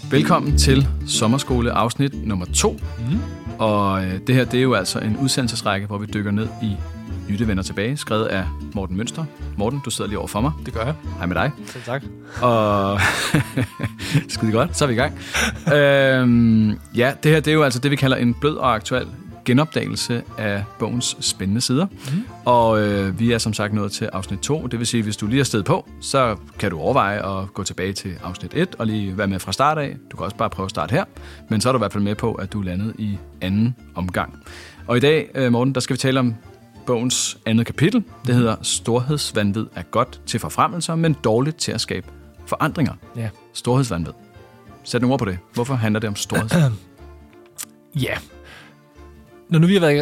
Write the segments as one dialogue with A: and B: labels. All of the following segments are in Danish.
A: Velkommen til sommerskole afsnit nummer 2. Og det her, det er jo altså en udsendelsesrække, hvor vi dykker ned i Jytte vender tilbage, skrevet af Morten Mønster. Morten, du sidder lige over for mig.
B: Det gør jeg.
A: Hej med dig.
B: Selv tak.
A: Og skide godt, så er vi i gang. Ja, det her, det er jo altså det, vi kalder en blød og aktuel genopdagelse af bogens spændende sider. Og vi er som sagt nået til afsnit 2. Det vil sige, hvis du lige er stedet på, så kan du overveje at gå tilbage til afsnit 1 og lige være med fra start af. Du kan også bare prøve at starte her. Men så er du i hvert fald med på, at du er landet i anden omgang. Og i dag, Morten, der skal vi tale om bogens andet kapitel. Det hedder Storhedsvanvid er godt til forfremmelser, men dårligt til at skabe forandringer.
B: Ja.
A: Storhedsvanvid. Sæt nogle ord på det. Hvorfor handler det om storhedsvanvid?
B: Ja. Når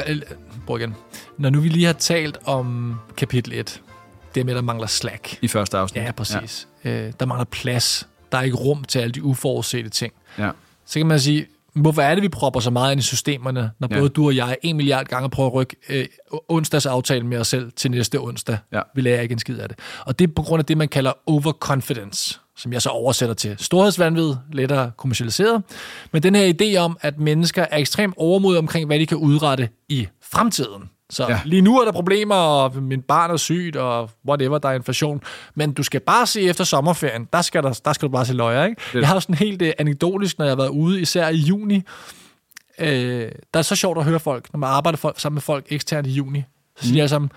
B: nu vi lige har talt om kapitel 1, det med, der mangler slack.
A: I første afsnit.
B: Ja, præcis. Ja. Der mangler plads. Der er ikke rum til alle de uforudsete ting.
A: Ja.
B: Så kan man sige, hvorfor er det, vi propper så meget ind i systemerne, når både du og jeg 1 milliard gange prøver at rykke onsdags aftale med os selv til næste onsdag. Ja. Vi lærer ikke en skid af det. Og det er på grund af det, man kalder overconfidence, som jeg så oversætter til storhedsvanvid, lettere kommercialiseret. Men den her idé om, at mennesker er ekstremt overmodige omkring, hvad de kan udrette i fremtiden. Så lige nu er der problemer, og min barn er sygt, og whatever, der er inflation. Men du skal bare se efter sommerferien, der skal du bare se løjer, ikke? Jeg har sådan helt anekdotisk, når jeg har været ude, især i juni. Der er så sjovt at høre folk, når man arbejder sammen med folk eksternt i juni. Så siger jeg sammen,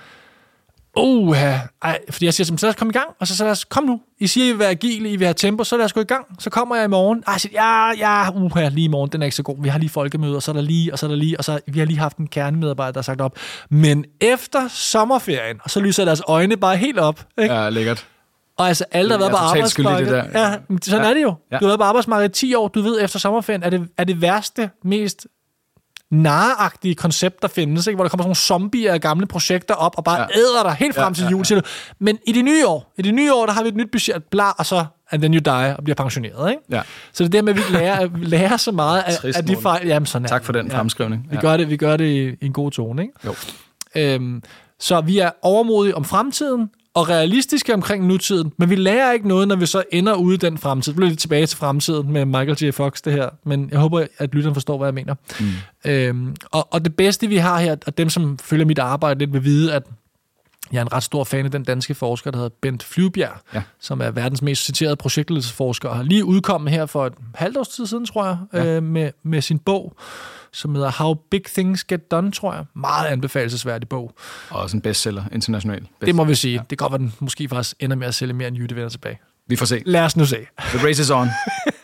B: fordi jeg siger, så lad os komme i gang, og så lad os, kom nu. I siger, I vil være agile, I vil have tempo, så lad os gå i gang. Så kommer jeg i morgen. Jeg siger, lige i morgen, den er ikke så god. Vi har lige folkemøder, og så er der lige, og så vi har lige haft en kernemedarbejder, der har sagt op. Men efter sommerferien, og så lyser deres øjne bare helt op. Ikke?
A: Ja, lækkert.
B: Og altså alle, der har været på arbejdsmarkedet. Sådan er det jo. Du har været på arbejdsmarkedet 10 år, du ved, efter sommerferien er det værste, mest narreagtige koncept, der findes, ikke? Hvor der kommer sådan nogle zombier af gamle projekter op og bare æder dig helt frem til jul. Men i det nye år, der har vi et nyt budget, og så and then you die og bliver pensioneret. Ikke? Ja. Så det er der med, at vi lærer så meget af de fejl. Jamen, sådan er
A: tak for den fremskrivning.
B: Vi gør det i en god tone. Ikke?
A: Jo.
B: Så vi er overmodige om fremtiden, og realistiske omkring nutiden, men vi lærer ikke noget, når vi så ender ude i den fremtid. Vi bliver lidt tilbage til fremtiden med Michael J. Fox, det her, men jeg håber, at lytteren forstår, hvad jeg mener. Og det bedste, vi har her, og dem, som følger mit arbejde lidt, vil vide, at jeg er en ret stor fan af den danske forsker, der hedder Bent Flyvbjerg, som er verdens mest citerede projektledelsesforsker, og har lige udkommet her for et halvt års tid siden, tror jeg, med sin bog, som hedder How Big Things Get Done, tror jeg. Meget anbefalesværdig bog. Og
A: også en bestseller, international bestseller.
B: Det må vi sige. Ja. Det kan godt være, den måske faktisk ender med at sælge mere, end Jytte vender tilbage.
A: Vi får se.
B: Lad os nu se.
A: The race is on.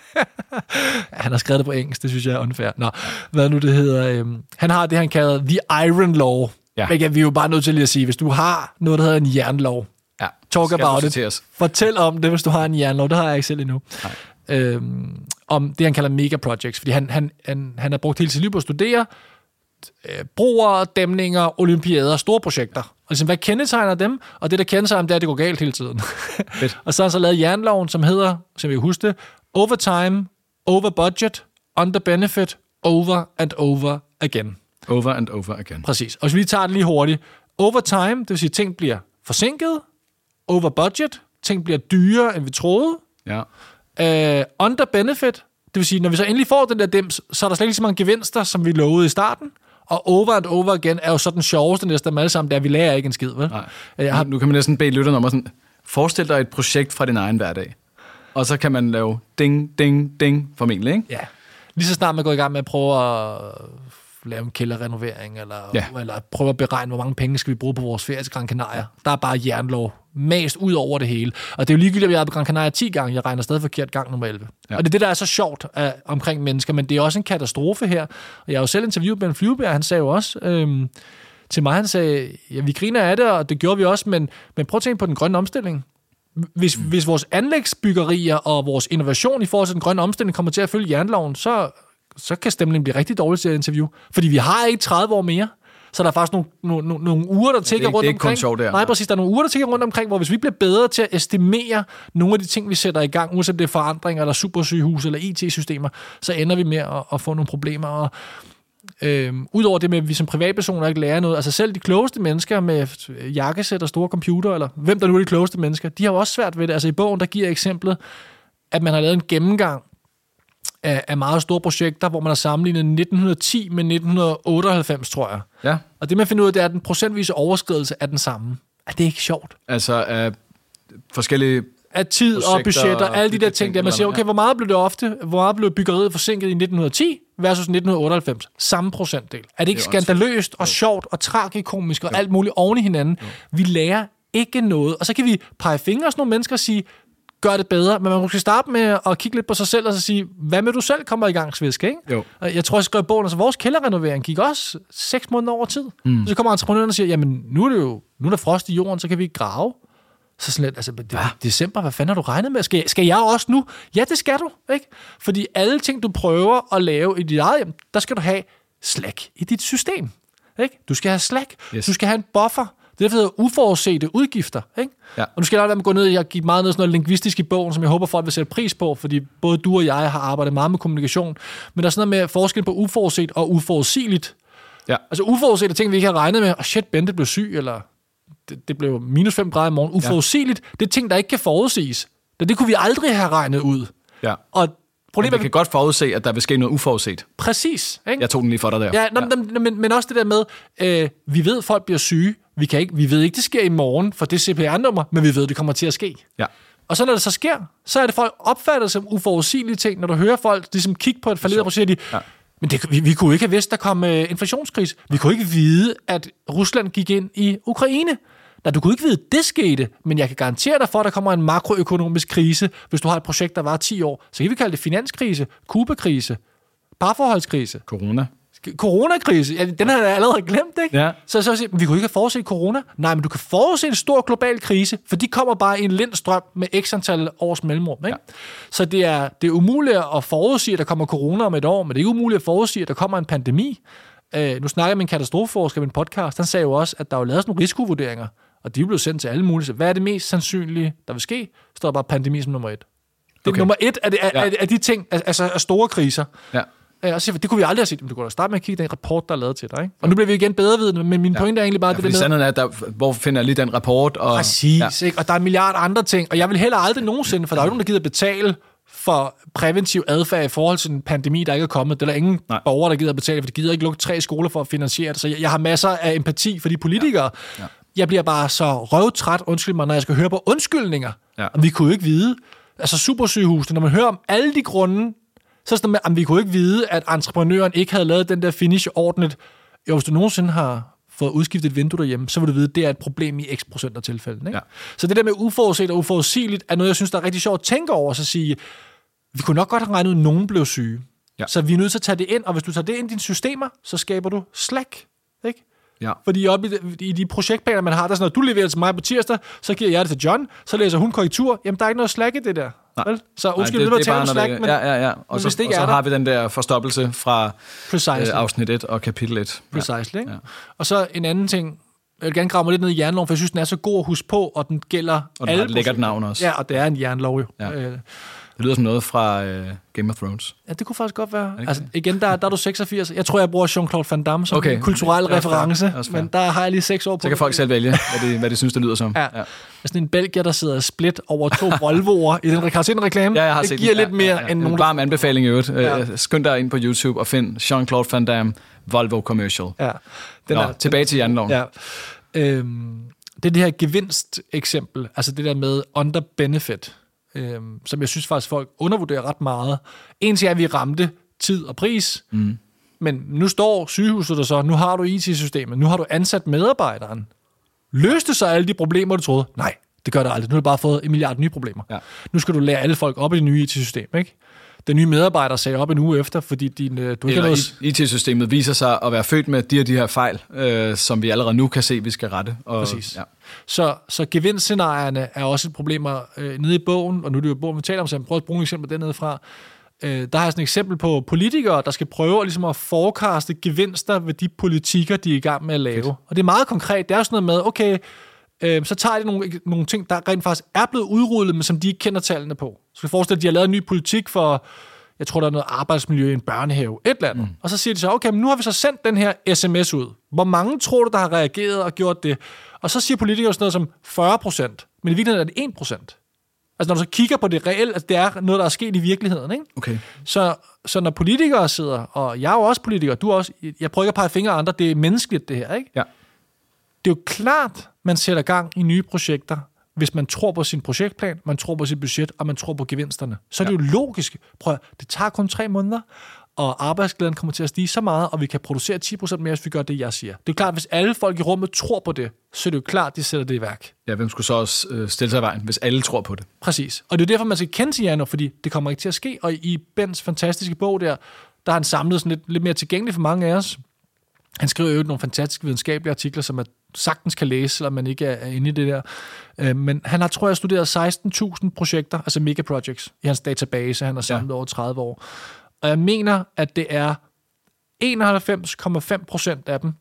B: Han har skrevet det på engelsk, det synes jeg er unfair. Nå, hvad nu det hedder? Han har det, han kalder The Iron Law. Ja. Vi er jo bare nødt til lige at sige, hvis du har noget, der hedder en jernlov, talk about it. Fortæl om det, hvis du har en jernlov. Det har jeg ikke selv endnu. Om det, han kalder megaprojects, fordi han har brugt hele sit liv på at studere broer, dæmninger, olympiader, store projekter. Og ligesom, hvad kendetegner dem? Og det, der kendetegner dem, det er, at det går galt hele tiden. Og så har han så lavet jernloven, som hedder, som vi kan huske det, overtime, over budget, under benefit, over and over again.
A: Over and over again.
B: Præcis. Og hvis vi lige tager det lige hurtigt. Overtime, det vil sige, at ting bliver forsinket. Over budget, ting bliver dyrere, end vi troede.
A: Ja.
B: Under benefit, det vil sige, når vi så endelig får den der dims, så er der slet ikke så mange gevinster, som vi lovede i starten. Og over and over again er jo så den sjoveste næste af alle sammen, der vi lærer ikke en skid, vel?
A: Nu kan man næsten bede lytterne om at sådan, forestil dig et projekt fra din egen hverdag. Og så kan man lave ding, ding, ding formentlig, ikke?
B: Ja. Lige så snart man går i gang med at prøve at lave en kælderrenovering, eller prøve at beregne, hvor mange penge skal vi bruge på vores ferie til Gran Canaria. Der er bare jernlov mest ud over det hele. Og det er jo ligegyldigt, at jeg er på Gran Canaria 10 gange. Jeg regner stadig forkert gang nummer 11. Ja. Og det er det, der er så sjovt omkring mennesker, men det er også en katastrofe her. Og jeg har jo selv interviewet Ben Flyvbjerg, han sagde jo også til mig, han sagde, vi griner af det, og det gjorde vi også, men prøv at tænke på den grønne omstilling. Hvis vores anlægsbyggerier og vores innovation i forhold til den grønne omstilling kommer til at følge jernloven, så kan stemningen blive rigtig dårlig til at interview. Fordi vi har ikke 30 år mere. Så der er faktisk nogle uger, der tigger rundt omkring. Det er ikke kun sjovt der. Nej, præcis. Der er nogle uger, der tigger rundt omkring, hvor hvis vi bliver bedre til at estimere nogle af de ting, vi sætter i gang, uanset det er forandringer, eller supersygehus, eller IT-systemer, så ender vi med at få nogle problemer. Og udover det med, at vi som privatpersoner ikke lærer noget, altså selv de klogeste mennesker med jakkesæt og store computer, eller hvem der nu er de klogeste mennesker, de har jo også svært ved det. Altså i bogen, der giver eksemplet, at man har lavet en gennemgang af meget store projekter, hvor man har sammenlignet 1910 med 1998, tror jeg.
A: Ja.
B: Og det, man finder ud af, det er, at den procentvise overskridelse er den samme. Er det ikke sjovt?
A: Altså af forskellige
B: af tid og budgetter, alle de der ting, der man siger, okay, hvor meget blev byggeriet forsinket i 1910 versus 1998? Samme procentdel. Er det ikke skandaløst og sjovt og tragikomisk og alt muligt oven i hinanden? Jo. Vi lærer ikke noget. Og så kan vi pege fingre hos nogle mennesker og sige, gør det bedre, men man må starte med at kigge lidt på sig selv og så sige, hvad med du selv kommer i gang, Sviske, ikke?
A: Jo.
B: Jeg tror, jeg skrev i bogen, altså vores kælderrenovering gik også 6 måneder over tid. Så kommer entreprenøren og siger, jamen nu er der frost i jorden, så kan vi ikke grave. Så sådan lidt, altså, det er december, hvad fanden har du regnet med? Skal jeg også nu? Ja, det skal du, ikke? Fordi alle ting, du prøver at lave i dit eget hjem, der skal du have slack i dit system, ikke? Du skal have slack, du skal have en buffer. Det hedder uforudsete udgifter, ikke? Ja. Og nu skal jeg lade mig gå ned, jeg gik meget ned sådan noget lingvistisk i bogen, som jeg håber folk vil sætte pris på, fordi både du og jeg har arbejdet meget med kommunikation, men der er sådan noget med forskel på uforudset og uforudsigeligt. Ja. Altså uforudsete ting, vi ikke har regnet med, shit, Bente blev syg, eller det blev minus 5 grader i morgen. Uforudsigeligt, det er ting, der ikke kan forudsiges. Det kunne vi aldrig have regnet ud. Ja. Og
A: problemet, men vi kan godt forudse, at der vil ske noget uforudset.
B: Præcis. Ikke?
A: Jeg tog den lige for dig der.
B: Ja, men også det der med, vi ved, at folk bliver syge. Vi ved ikke, det sker i morgen, for det CPR-nummer, men vi ved, det kommer til at ske. Ja. Og så når det så sker, så er det folk opfattet som uforudsigelige ting. Når du hører folk ligesom kigge på et falderet projekt, men vi kunne ikke have vidst, der kom inflationskrise. Vi kunne ikke vide, at Rusland gik ind i Ukraine. Nej, du kunne ikke vide, at det skete, men jeg kan garantere dig for, at der kommer en makroøkonomisk krise, hvis du har et projekt, der var 10 år. Så kan vi kalde det finanskrise, Kuba-krise, parforholdskrise. Coronakrise, ja, den har jeg allerede glemt, ikke? Ja. Så vi kunne ikke have forudset corona. Nej, men du kan forudse en stor global krise, for de kommer bare i en lindstrøm med x antal års mellemrum, ikke? Ja. Så det er umuligt at forudsige, at der kommer corona om et år, men det er ikke umuligt at forudsige, at der kommer en pandemi. Nu snakker jeg med en katastrofeforsker i en podcast, han sagde jo også, at der er lavet sådan nogle risikovurderinger, og de er blevet sendt til alle mulige. Hvad er det mest sandsynlige, der vil ske? Står bare pandemi som nummer 1. Det er nummer 1 af de ting, altså af store kriser. Ja. Og så siger, det kunne vi aldrig have set, men du kunne da starte med at kigge den rapport, der er lavet til dig. Ikke? Og nu bliver vi igen bedrevidende, men min pointe er egentlig bare det
A: med... Sandheden er, hvor finder jeg lige den rapport? Og,
B: præcis, ikke? Og der er en milliard andre ting, og jeg vil heller aldrig nogensinde, for der er jo nogen, der gider betale for præventiv adfærd i forhold til en pandemi, der ikke er kommet. Det er der ingen borgere, der gider betale, for de gider ikke lukke 3 skoler for at finansiere det. Så jeg har masser af empati for de politikere. Ja. Jeg bliver bare så røvtræt, undskyld mig, når jeg skal høre på undskyldninger. Ja. Og vi kunne jo ikke vide, altså supersygehusene, når man hører om alle de grunde, så er det med, at vi kunne ikke vide, at entreprenøren ikke havde lavet den der finish ordentligt. Jo, hvis du nogensinde har fået udskiftet et vindue derhjemme, så vil du vide, at det er et problem i x procent af tilfældene. Ikke? Ja. Så det der med uforudset og uforudsigeligt, er noget, jeg synes, der er rigtig sjovt at tænke over, så at sige, vi kunne nok godt have regnet ud, at nogen blev syge. Ja. Så vi er nødt til at tage det ind, og hvis du tager det ind i dine systemer, så skaber du slack. Ikke? Ja. Fordi oppe i de projektplaner, man har, der er sådan noget, du leverer til mig på tirsdag, så giver jeg det til John, så læser hun korrektur. Jamen, der er ikke noget slack i det der. Vel? Så undskyld, det var tale om slack, men,
A: og så har vi den der forstoppelse fra afsnit 1 og kapitel 1.
B: Precisely, ikke? Ja. Og så en anden ting, jeg vil gerne grave mig lidt ned i jernloven, for jeg synes, den er så god at huske på, og den gælder
A: og den har et lækkert navn også.
B: Ja, og det er en jernlov jo. Ja.
A: Det lyder som noget fra Game of Thrones.
B: Ja, det kunne faktisk godt være. Altså, igen, der er du 86. Jeg tror, jeg bruger Jean-Claude Van Damme som en kulturel reference, men der har jeg lige 6 år på.
A: Så kan folk selv vælge, hvad de synes, det lyder som. Ja.
B: Sådan en belgier, der sidder split over 2 Volvoer i den reklame.
A: Ja, jeg har
B: det giver lidt mere end nogen.
A: En varm anbefaling i øvrigt. Skynd dig ind på YouTube og find Jean-Claude Van Damme Volvo Commercial. Ja. Tilbage til jernloven. Ja.
B: Det er det her gevinst-eksempel, altså det der med under benefit, som jeg synes faktisk, folk undervurderer ret meget. En ting er, at vi ramte tid og pris, men nu står sygehuset der så, nu har du IT-systemet, nu har du ansat medarbejderen. Løste så alle de problemer, du troede? Nej, det gør det aldrig. Nu har du bare fået 1 milliard nye problemer. Ja. Nu skal du lære alle folk op i det nye IT-system, ikke? Den nye medarbejder sagde op en uge efter, fordi du ikke noget...
A: IT-systemet viser sig at være født med de her fejl, som vi allerede nu kan se, vi skal rette.
B: Præcis. Ja. Så gevinstscenarierne er også et problem nede i bogen, og nu er det jo bogen, vi taler om, så jeg prøver at bruge et eksempel dernede fra. Der har jeg sådan et eksempel på politikere, der skal prøve ligesom at forecaste gevinster ved de politikker, de er i gang med at lave. Fedt. Og det er meget konkret. Det er sådan noget med, okay, så tager de nogle ting, der rent faktisk er blevet udrullet, men som de ikke kender tallene på. Så skal forestille, at de har lavet en ny politik for, jeg tror, der er noget arbejdsmiljø i en børnehave, et eller andet. Og så siger de så, okay, men nu har vi så sendt den her sms ud. Hvor mange tror du, der har reageret og gjort det? Og så siger politikere sådan noget som 40%, men i virkeligheden er det 1%. Altså Altså når du så kigger på det reelt, altså det er noget, der er sket i virkeligheden, ikke?
A: Okay.
B: Så når politikere sidder, og jeg er jo også politiker, du også, jeg prøver ikke at pege fingre af andre, det er menneskeligt det her, ikke?
A: Ja.
B: Det er jo klart, man sætter gang i nye projekter, hvis man tror på sin projektplan, man tror på sit budget, og man tror på gevinsterne. Så er det jo logisk. Prøv, det tager kun 3 måneder, og arbejdsglæden kommer til at stige så meget, og vi kan producere 10% mere, hvis vi gør det, jeg siger. Det er jo klart, hvis alle folk i rummet tror på det, så er det jo klart, de sætter det i værk.
A: Ja, hvem skulle så også stille sig i vejen, hvis alle tror på det?
B: Præcis. Og det er derfor, man skal kende til Janus, fordi det kommer ikke til at ske. Og i Bens fantastiske bog der har han samlet sådan lidt mere tilgængeligt for mange af os. Han skriver jo nogle fantastiske videnskabelige artikler, som man sagtens kan læse, selvom man ikke er inde i det der. Men han har, tror jeg, studeret 16.000 projekter, altså megaprojects, i hans database. Han har samlet over 30 år. Og jeg mener, at det er 91,5% af dem,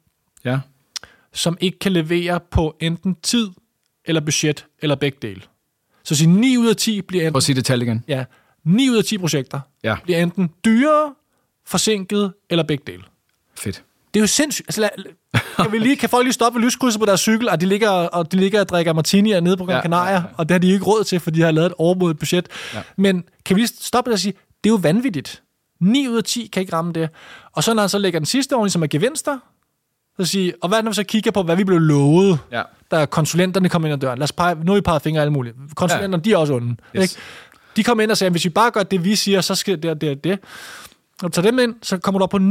B: som ikke kan levere på enten tid, eller budget, eller begge dele. Så sige 9 ud af 10 bliver enten...
A: Prøv at sige det tal igen.
B: Ja, 9 ud af 10 projekter bliver enten dyrere, forsinket, eller begge dele.
A: Fedt.
B: Det er jo sindssygt. Altså, kan folk lige stoppe ved lyskrydset på deres cykel, og de ligger og drikker martinier nede på Gran Canaria, og det har de jo ikke råd til, for de har lavet et overmodet budget. Ja. Men kan vi lige stoppe og sige, det er jo vanvittigt. 9 ud af 10 kan ikke ramme det. Og så når han så lægger den sidste ordning, som er gevinster, så siger, og hvad når vi så kigger på, hvad vi blev lovet, da konsulenterne kom ind ad døren. Lad os pege, nu er vi peget fingre alle mulige. Konsulenterne, de er også onde. Yes. Ikke? De kommer ind og siger, hvis vi bare gør det, vi siger, så sker det. Når du tager dem ind, så kommer du op på 99,5%.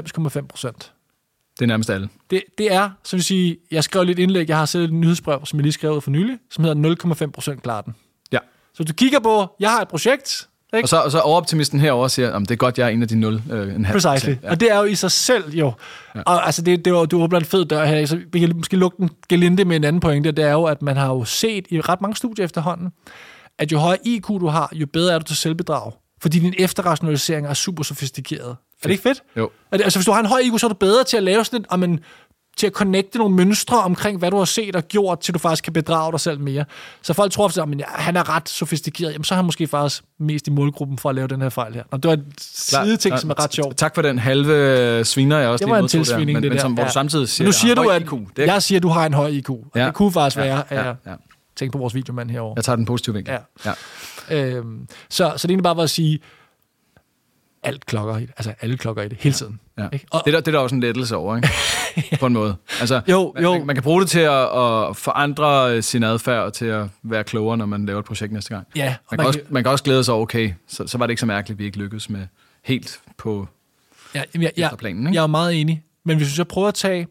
A: Det er nærmest alle.
B: Det er, så vil sige, jeg skrev lidt indlæg, jeg har set et nyhedsbrev, som jeg lige skrev for nylig, som hedder 0,5% klarer den. Ja. Så du kigger på, jeg har et projekt, ikke?
A: Og så overoptimisten herover siger, det er godt, jeg er en af de 0,5%.
B: Precisely. Ja. Og det er jo i sig selv jo. Ja. Og altså, du åbner en fed dør her, så vi kan måske lukke den gelinde med en anden pointe, det er jo, at man har jo set i ret mange studier efterhånden, at jo højere IQ du har, jo bedre er du til selvbedrag. Fordi din efterrationalisering er super sofistikeret. Er det ikke fedt?
A: Jo.
B: Altså, hvis du har en høj IQ, så er du bedre til at lave sådan et, til at connecte nogle mønstre omkring, hvad du har set og gjort, til du faktisk kan bedrage dig selv mere. Så folk tror, at han er ret sofistikeret. Jamen, så er han måske faktisk mest i målgruppen for at lave den her fejl her. Og det var et sideting, som er ret sjovt.
A: Tak for den halve sviner, jeg også lige modtog der. Men hvor du samtidig siger,
B: nu siger du, at jeg siger, at du har en høj IQ. Og det kunne faktisk være, at jeg tænker på vores videomand herovre.
A: Jeg tager den positive vinkel.
B: Ja. Så det er egentlig bare at sige, alt klokker i det. Altså alle klokker i det hele tiden.
A: Ja. Ikke? Og, det er der også en lettelse over, ikke? På en måde. Altså,
B: jo.
A: Man kan bruge det til at forandre sin adfærd og til at være klogere, når man laver et projekt næste gang.
B: Ja,
A: man kan også glæde sig, okay, så var det ikke så mærkeligt, at vi ikke lykkedes med helt på efterplanen. Ikke?
B: Jeg er meget enig. Men hvis vi så prøver at tage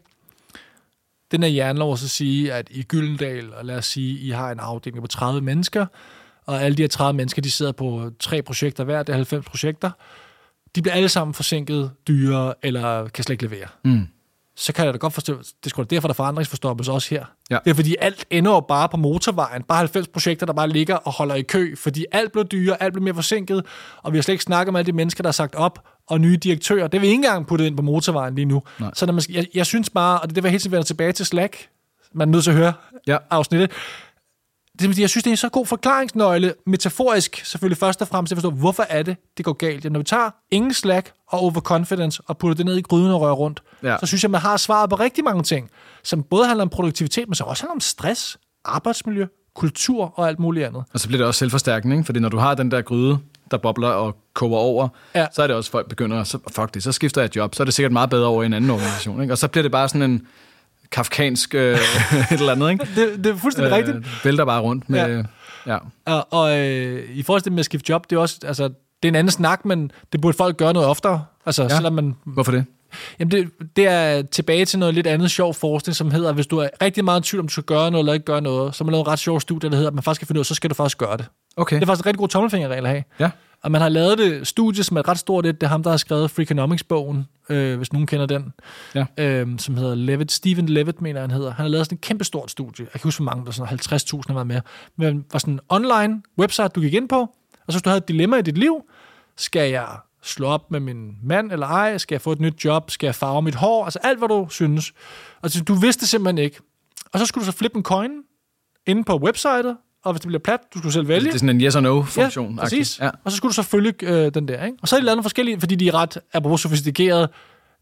B: den her jernlov og så sige, at i Gyldendal, og lad os sige, I har en afdeling på 30 mennesker, og alle de her 30 mennesker, de sidder på 3 projekter hver, det er 90 projekter, de bliver alle sammen forsinket, dyre, eller kan slet ikke levere. Så kan jeg da godt forstå, det er sgu da derfor, der forandringsforstoppes også her. Ja. Det er fordi, alt ender jo bare på motorvejen, bare 90 projekter, der bare ligger og holder i kø, fordi alt blev dyre, alt blev mere forsinket, og vi har slet ikke snakket med alle de mennesker, der er sagt op, og nye direktører. Det vil vi ikke engang putte ind på motorvejen lige nu. Nej. Så når man, jeg synes bare, og det var helt tiden vender tilbage til Slack, man er nødt til at høre afsnittet, jeg synes, det er en så god forklaringsnøgle, metaforisk selvfølgelig først og fremmest, at forstå, hvorfor er det går galt. Når vi tager ingen Slack og overconfidence og putter det ned i gryden og rører rundt, så synes jeg, man har svaret på rigtig mange ting, som både handler om produktivitet, men så også handler om stress, arbejdsmiljø, kultur og alt muligt andet. Og
A: så bliver det også selvforstærkende, ikke? Fordi når du har den der gryde, der bobler og koger over, så er det også, folk begynder, så skifter jeg job, så er det sikkert meget bedre over i en anden organisation, ikke? Og så bliver det bare sådan en kafkansk et eller andet, ikke?
B: Det er fuldstændig rigtigt.
A: Vælter bare rundt med...
B: Og i forhold til det med at skifte job, det er også, altså, det er en anden snak, men det burde folk gøre noget oftere. Altså, selvom man...
A: Hvorfor det?
B: Jamen, det er tilbage til noget lidt andet sjov forskning, som hedder, hvis du er rigtig meget i tvivl, om du skal gøre noget eller ikke gøre noget, så man lavet en ret sjov studie, der hedder, at man faktisk skal finde ud af, så skal du faktisk gøre det. Okay. Det er faktisk en rigtig god tommelfingerregel at have. Ja. Og man har lavet det studie, som er ret stort. Det er ham, der har skrevet Freakonomics-bogen, hvis nogen kender den, som hedder Levitt. Steven Levitt, mener han hedder. Han har lavet sådan et kæmpestort studie. Jeg kan huske, hvor mange, der sådan 50.000 har været med. Men det var sådan en online website, du gik ind på, og så hvis du havde et dilemma i dit liv, skal jeg slå op med min mand eller ej? Skal jeg få et nyt job? Skal jeg farve mit hår? Altså alt, hvad du synes. Og du vidste simpelthen ikke. Og så skulle du så flippe en coin inde på websitet, og hvis det bliver plat, du skulle selv vælge.
A: Det er sådan en yes or no-funktion.
B: Ja, præcis. Ja. Og så skulle du så følge den der, ikke? Og så er de lavet nogle forskellige, fordi de er ret apropos sofistikeret,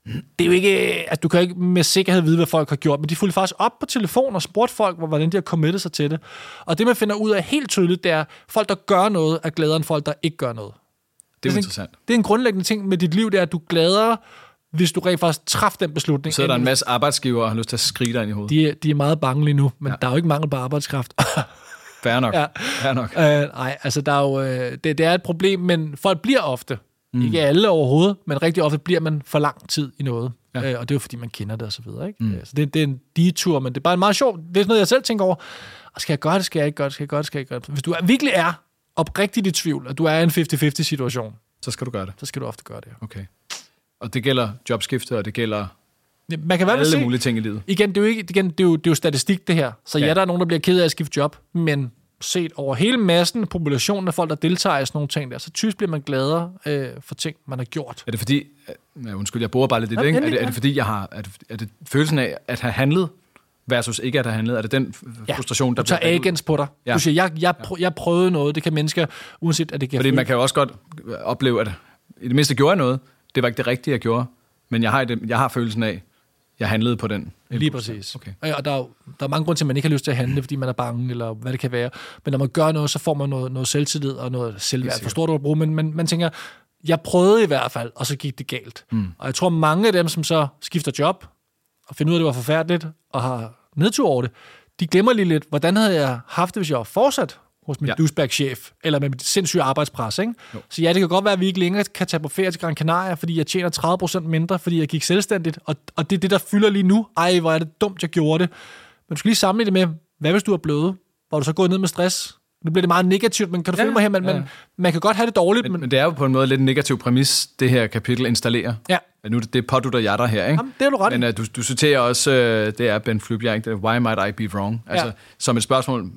B: det er jo ikke, at du kan ikke med sikkerhed vide, hvad folk har gjort, men de fulgte faktisk op på telefon og spurgte folk, hvordan de har committet sig til det. Og det, man finder ud af helt tydeligt, det er, folk, der gør noget, er gladere end folk, der ikke gør noget.
A: Det er interessant.
B: Det er en grundlæggende ting med dit liv, det er, at du er gladere, hvis du rent faktisk træffer den beslutning.
A: Så er der en masse arbejdsgiver, og har lyst til at skrige dig ind i hovedet.
B: De er meget bange lige nu, men der er jo ikke mangel på arbejdskraft.
A: Fair nok. Ja. Fair nok.
B: Nej, altså der er jo, det er et problem, men folk bliver ofte, ikke alle overhovedet, men rigtig ofte bliver man for lang tid i noget. Ja. Og det er jo fordi, man kender det og så videre. Ikke? Så det er en detur, men det er bare meget sjovt. Det er sådan noget, jeg selv tænker over. Skal jeg gøre det? Skal jeg ikke gøre det? Skal jeg gøre det? Skal jeg ikke gøre det? Hvis du virkelig er oprigtigt i tvivl, at du er i en 50-50 situation,
A: så skal du gøre det.
B: Så skal du ofte gøre det. Ja.
A: Okay. Og det gælder jobskifte, og det gælder
B: man kan
A: alle mulige ting i livet.
B: Igen, det er jo statistik, det her. Så ja, der er nogen, der bliver ked af at skifte job, men set over hele massen, populationen af folk, der deltager i sådan nogle ting der, så typisk bliver man gladere for ting, man har gjort.
A: Er det fordi, undskyld, jeg bruger bare lidt det, ikke? Er det fordi, er det følelsen af at have handlet versus ikke at have handlet? Er det den frustration, der
B: du tager agens på dig. Ja. Du siger, jeg prøvede noget, det kan mennesker, uanset at det kan.
A: Fordi man kan jo også godt opleve, at i det mindste gjorde jeg noget, det var ikke det rigtige, jeg gjorde, men jeg har følelsen af, jeg handlede på den.
B: Lige præcis. Okay. Og der er mange grunde til, at man ikke har lyst til at handle, fordi man er bange, eller hvad det kan være. Men når man gør noget, så får man noget selvtillid og noget selvværd. Forstår du at bruge? Men man tænker, jeg prøvede i hvert fald, og så gik det galt. Og jeg tror, mange af dem, som så skifter job, og finder ud af, at det var forfærdeligt, og har nedtur over det, de glemmer lige lidt, hvordan havde jeg haft det, hvis jeg var fortsat hos min douchebag-chef, eller med mit sindssyge arbejdspres, ikke? Så ja, det kan godt være, at vi ikke længere kan tage på ferie til Gran Canaria, fordi jeg tjener 30% mindre, fordi jeg gik selvstændigt, og det er det, der fylder lige nu. Ej, hvor er det dumt, jeg gjorde det. Men du skal lige sammenligne det med, hvad hvis du er blevet? Hvor du så gået ned med stress? Nu bliver det meget negativt, men kan du følge mig her? Man kan godt have det dårligt.
A: Men det er jo på en måde lidt en negativ præmis, det her kapitel installerer.
B: Ja.
A: Nu det pådutter jeg dig her, ikke?
B: Jamen, det er du ret.
A: Men du citerer også, det er Ben Flybjerg, det er, why might I be wrong? Altså, som et spørgsmål,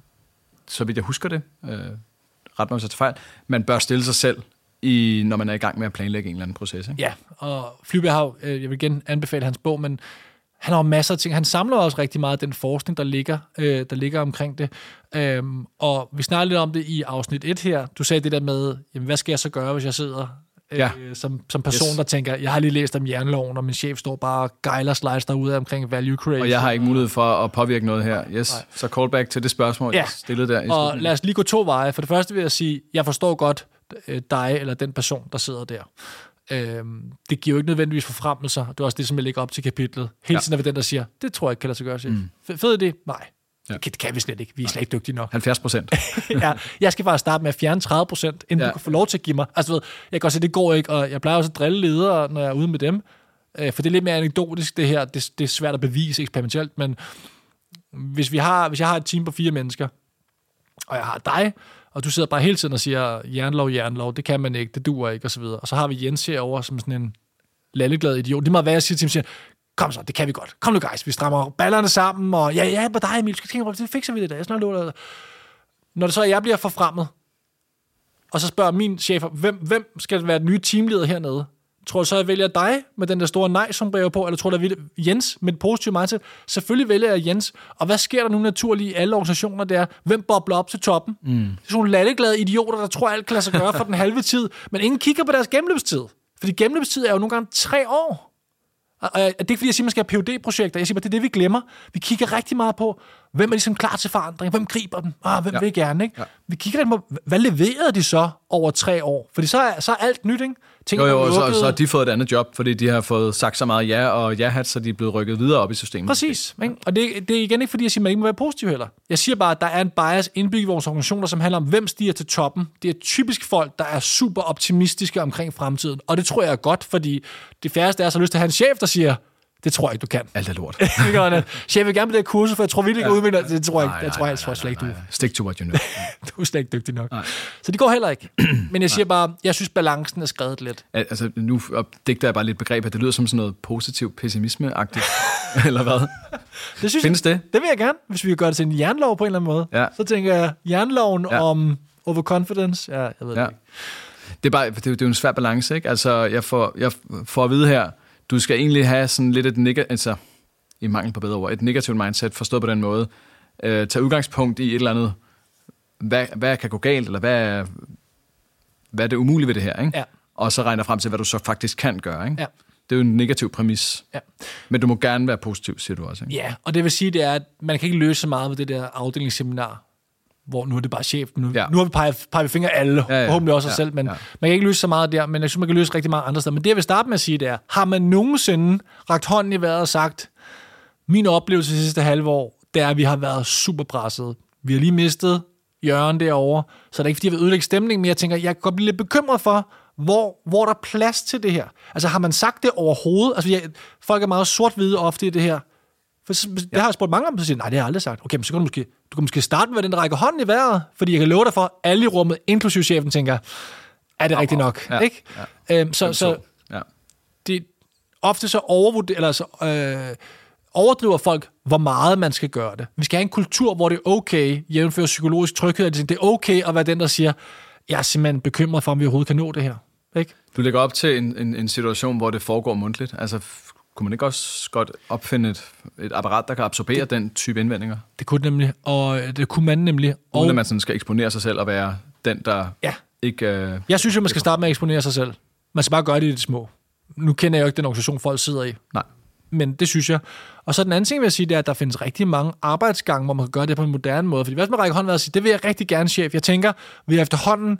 A: så vidt jeg husker det, ret mig så til fejl, man bør stille sig selv, når man er i gang med at planlægge en eller anden proces. Ikke?
B: Ja, og Flybjerg har, jeg vil igen anbefale hans bog, men han har masser af ting. Han samler også rigtig meget af den forskning, der ligger omkring det. Og vi snakkede lidt om det i afsnit 1 her. Du sagde det der med, jamen, hvad skal jeg så gøre, hvis jeg sidder som person, der tænker, jeg har lige læst om jernloven, og min chef står bare og gejler slides derude omkring value creation.
A: Og jeg har ikke mulighed for at påvirke noget her. Yes, nej. Så callback til det spørgsmål, jeg stillede der.
B: Og lad os lige gå 2 veje. For det første vil jeg sige, jeg forstår godt dig eller den person, der sidder der. Det giver jo ikke nødvendigvis forfremmelser. Det er også det, som jeg lægger op til kapitlet. Hele tiden er vi den, der siger, det tror jeg ikke kan lade sig gøre, chef. Fed idé? Nej. Ja. Det kan vi slet ikke. Vi er slet ikke dygtige nok.
A: 70%.
B: Jeg skal bare starte med at fjerne 30%, inden du kan få lov til at give mig. Altså, jeg kan godt se, det går ikke, og jeg plejer også at drille ledere, når jeg er ude med dem. For det er lidt mere anekdotisk, det her. Det er svært at bevise eksperimentelt, men hvis jeg har et team på 4 mennesker, og jeg har dig, og du sidder bare hele tiden og siger, jernlov, det kan man ikke, det duer ikke, og så videre. Og så har vi Jens herovre som sådan en lalleglad idiot. Det er meget, hvad jeg siger til ham, siger, kom så, det kan vi godt. Kom nu, guys, vi strammer ballerne sammen, og ja, på dig, Emil, skal tænke, det fikser vi det der. Når det så er, jeg bliver forfremmet, og så spørger min chef, hvem skal være den nye teamleder hernede? Tror du så, jeg vælger dig med den der store nej-sombrero på, eller tror du, jeg vælger Jens med et positivt mindset? Selvfølgelig vælger jeg Jens. Og hvad sker der nu naturligt i alle organisationer, der? Hvem bobler op til toppen? Det er sådan nogle latteglade idioter, der tror, alt kan lade sig gøre for den halve tid, men ingen kigger på deres gennemløbstid. Fordi gennemløbstid er jo nogle gange 3 år. Og det er ikke, fordi jeg siger, man skal have PhD-projekter. Jeg siger bare, det er det, vi glemmer. Vi kigger rigtig meget på, hvem er ligesom klar til forandring? Hvem griber dem? Hvem vil gerne? Ikke? Ja. Vi kigger rigtig på, hvad leverede de så over 3 år? Fordi så er alt nyt, ikke?
A: Så har de fået et andet job, fordi de har fået sagt så meget ja og ja-hat, så de er blevet rykket videre op i systemet.
B: Præcis. Ikke? Og det er igen ikke, fordi jeg siger, at man ikke må være positiv heller. Jeg siger bare, at der er en bias indbygget i vores organisationer, som handler om, hvem stiger til toppen. Det er typisk folk, der er super optimistiske omkring fremtiden. Og det tror jeg er godt, fordi det færreste er så lyst til at have en chef, der siger, det tror jeg ikke, du kan.
A: Alt er lort.
B: Chef vil gerne med det her kursus, for jeg tror virkelig ikke udvikler. Det tror jeg ikke. Det tror jeg slet ikke, du.
A: Stick to what you know.
B: Du er slet ikke dygtig nok. Nej. Så det går heller ikke. Men jeg siger bare, jeg synes, balancen er skrevet lidt.
A: Altså, nu digter jeg bare lidt begreb, at det lyder som sådan noget positiv pessimisme-agtigt. Eller hvad?
B: Det synes
A: Findes det?
B: Det vil jeg gerne, hvis vi kan gøre det til en jernlov på en eller anden måde. Ja. Så tænker jeg, jernloven om overconfidence. Ja, jeg ved det ikke.
A: Det er jo en svær balance, ikke? Altså, jeg får at vide her, du skal egentlig have sådan lidt i mangel på bedre ord, et negativt mindset, forstået på den måde. Tag udgangspunkt i et eller andet, hvad kan gå galt, eller hvad er det umulige ved det her, ikke? Ja. Og så regner frem til, hvad du så faktisk kan gøre, ikke?
B: Ja.
A: Det er jo en negativ præmis.
B: Ja.
A: Men du må gerne være positiv, siger du også. Ikke?
B: Ja, og det vil sige, det er, at man kan ikke løse så meget med det der afdelingsseminar, hvor nu er det bare chefen. Nu har vi peget fingre alle, forhåbentlig også os selv, men man kan ikke løse så meget der, men jeg synes, man kan løse rigtig mange andre steder. Men det, jeg vil starte med at sige, det er, har man nogensinde rakt hånden i vejret og sagt, min oplevelse de sidste halve år, det er, at vi har været super presset. Vi har lige mistet Jørgen derovre, så det er ikke, fordi jeg vil ødelægge stemningen, men jeg tænker, jeg kan godt blive lidt bekymret for, hvor der er plads til det her. Altså, har man sagt det overhovedet? Altså, folk er meget sort-hvide ofte i det her. For det har jeg spurgt mange om, så siger nej, det har jeg aldrig sagt. Okay, men så kan du kan måske starte med den, der rækker hånden i vejret, fordi jeg kan love dig for, at alle i rummet, inklusive chefen, tænker, er det rigtigt nok?
A: Ja,
B: ikke?
A: Ja.
B: Så det ofte så overdriver folk, hvor meget man skal gøre det. Vi skal have en kultur, hvor det er okay, jævnfør psykologisk tryghed, at det er okay at være den, der siger, jeg er simpelthen bekymret for, om vi overhovedet kan nå det her. Ikke?
A: Du lægger op til en situation, hvor det foregår mundtligt. Altså, kunne man ikke også godt opfinde et apparat, der kan absorbere den type indvendinger?
B: Det kunne nemlig, og det kunne man nemlig.
A: Uden at man sådan skal eksponere sig selv og være den, der ikke...
B: Jeg synes jo, man skal starte med at eksponere sig selv. Man skal bare gøre det i det små. Nu kender jeg jo ikke den organisation, folk sidder i.
A: Nej.
B: Men det synes jeg. Og så den anden ting, vil jeg sige, det er, at der findes rigtig mange arbejdsgange, hvor man kan gøre det på en moderne måde. Fordi hvad man rækker hånden ved at sige, det vil jeg rigtig gerne, chef. Jeg tænker, vi har efterhånden,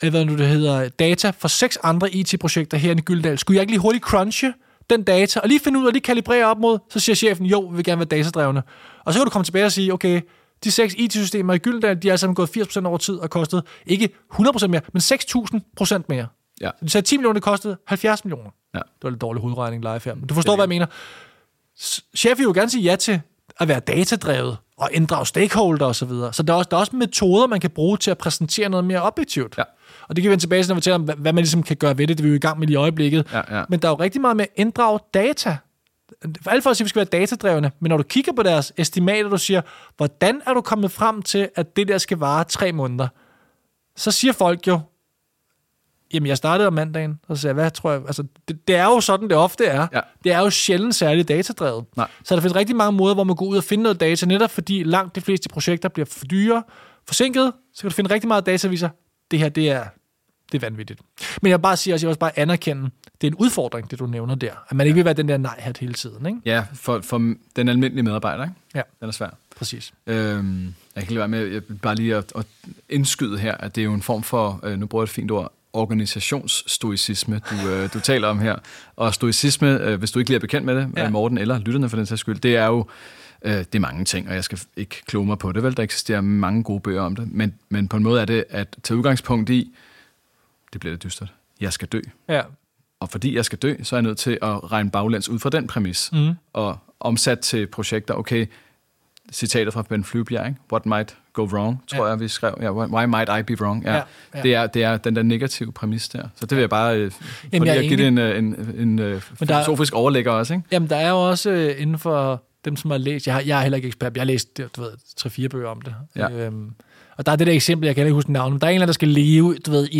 B: data for 6 andre IT-projekter her i Gyldendal. Skulle jeg ikke lige hurtigt crunche den data, og lige finde ud af, lige kalibrere op mod, så siger chefen, jo, vi vil gerne være datadrevne. Og så kan du komme tilbage og sige, okay, de 6 IT-systemer i Gyldendal, de er altså gået 80% over tid og kostet ikke 100% mere, men 6.000% mere. Ja. Så du sagde 10 millioner, det kostede 70 millioner. Ja. Det var lidt dårlig hovedregning live her, men du forstår, hvad jeg mener. Chef vil jo gerne sige ja til at være datadrevet og inddrage stakeholder osv. Så der er også metoder, man kan bruge til at præsentere noget mere objektivt. Ja. Og det kan vi vende tilbage til, når vi taler om, hvad man ligesom kan gøre ved det. Det er vi jo i gang med i øjeblikket. Ja. Men der er jo rigtig meget med at inddrage data. For alle folk siger, at vi skal være datadrevne, men når du kigger på deres estimater, du siger, hvordan er du kommet frem til, at det der skal vare 3 måneder? Så siger folk jo, jamen, jeg startede om mandagen, og så sagde jeg, hvad tror jeg? Altså, det er jo sådan, det ofte er. Ja. Det er jo sjældent særligt datadrevet. Nej. Så der findes rigtig mange måder, hvor man går ud og finder noget data, netop fordi langt de fleste projekter bliver for dyre, forsinket, så kan du finde rigtig meget data, der viser, det her, det er vanvittigt. Men jeg vil bare sige, at jeg også bare anerkende, det er en udfordring, det du nævner der. At man ikke vil være den der nej-hat hele tiden. Ikke?
A: Ja, for den almindelige medarbejder, ikke? Ja. Den er svær.
B: Præcis.
A: Jeg kan ikke lade være med, bare lige at indskyde her, at det er jo en form for, nu bruger jeg et fint ord, organisationsstoicisme, du taler om her. Og stoicisme, hvis du ikke lige er bekendt med det, Morten eller lytterne for den sags skyld, det er jo det er mange ting, og jeg skal ikke kloge mig på det, vel? Der eksisterer mange gode bøger om det, men på en måde er det at tage udgangspunkt i, det bliver lidt dystert, jeg skal dø. Ja. Og fordi jeg skal dø, så er jeg nødt til at regne baglæns ud fra den præmis, og omsat til projekter, okay, citatet fra Ben Flybjerg, ikke? What might go wrong, tror jeg, vi skrev. Ja, why might I be wrong? Ja. Det er den der negative præmis der. Så det vil jeg bare, fordi jeg give det en filosofisk overlægger også, ikke? Jamen,
B: der er jo også inden for dem, som har læst, jeg er heller ikke ekspert, jeg har læst, 3-4 bøger om det. Ja. Og der er det der eksempel, jeg kan ikke huske navnet, der er en eller anden, der skal leve,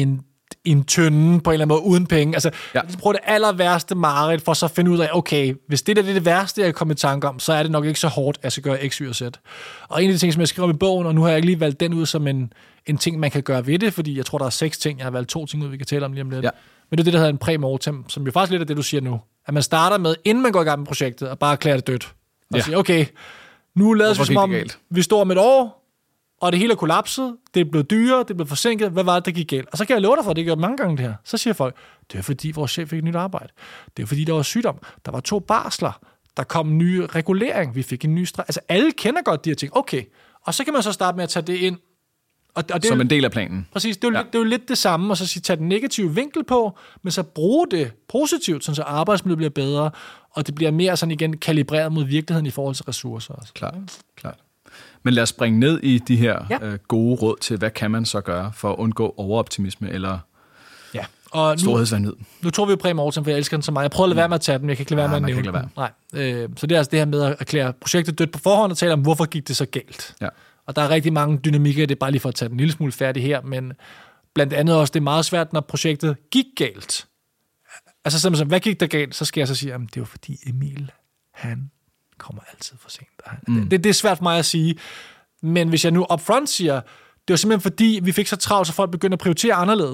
B: i en tønde på en eller anden måde, uden penge. Altså, prøv det aller værste mareridt, for så at finde ud af, okay, hvis det der er det værste, jeg kommer i tanke om, så er det nok ikke så hårdt, at jeg skal gøre X, Y og Z. Og en af de ting, som jeg skriver i bogen, og nu har jeg ikke lige valgt den ud som en ting, man kan gøre ved det, fordi jeg tror, der er 6 ting, jeg har valgt 2 ting ud, vi kan tale om lige om lidt. Ja. Men det er det, der hedder en præmortem, som jo faktisk lidt af det, du siger nu. At man starter med, inden man går i gang med projektet, og bare erklærer det dødt. Og siger, okay, nu lader vi som om, vi står om et år, og det hele er kollapset, det er blevet dyrere, det er blevet forsinket, hvad var det, der gik galt? Og så kan jeg love dig for, at det gør mange gange det her. Så siger folk, det er fordi vores chef fik et nyt arbejde. Det er fordi, der var sygdom. Der var 2 barsler. Der kom en ny regulering. Vi fik en ny streg. Altså, alle kender godt de her ting. Okay. Og så kan man så starte med at tage det ind. Og det
A: som en del af planen.
B: Præcis. Det er jo lidt det samme, og så tage den negative vinkel på, men så bruge det positivt, så arbejdsmiljøet bliver bedre, og det bliver mere sådan igen kalibreret mod virkeligheden i forhold til ressourcer. Altså.
A: Klart. Men lad os springe ned i de her gode råd til, hvad kan man så gøre for at undgå overoptimisme eller storhedsvanvid.
B: Nu tog vi jo præmortem, for jeg elsker den så meget. Jeg prøvede at lade være med at tage den, jeg kan ikke lade være med at nævne den. Nej. Så det er altså det her med at erklære projektet dødt på forhånd og tale om, hvorfor gik det så galt. Ja. Og der er rigtig mange dynamikker, det er bare lige for at tage den en lille smule færdig her, men blandt andet også, det er meget svært, når projektet gik galt. Altså simpelthen, hvad gik der galt? Så skal jeg så sige, at det var fordi Emil, han kommer altid for sent. Det er svært for mig at sige, men hvis jeg nu upfront siger, det var simpelthen fordi, vi fik så travlt, så folk begyndte at prioritere anderledes,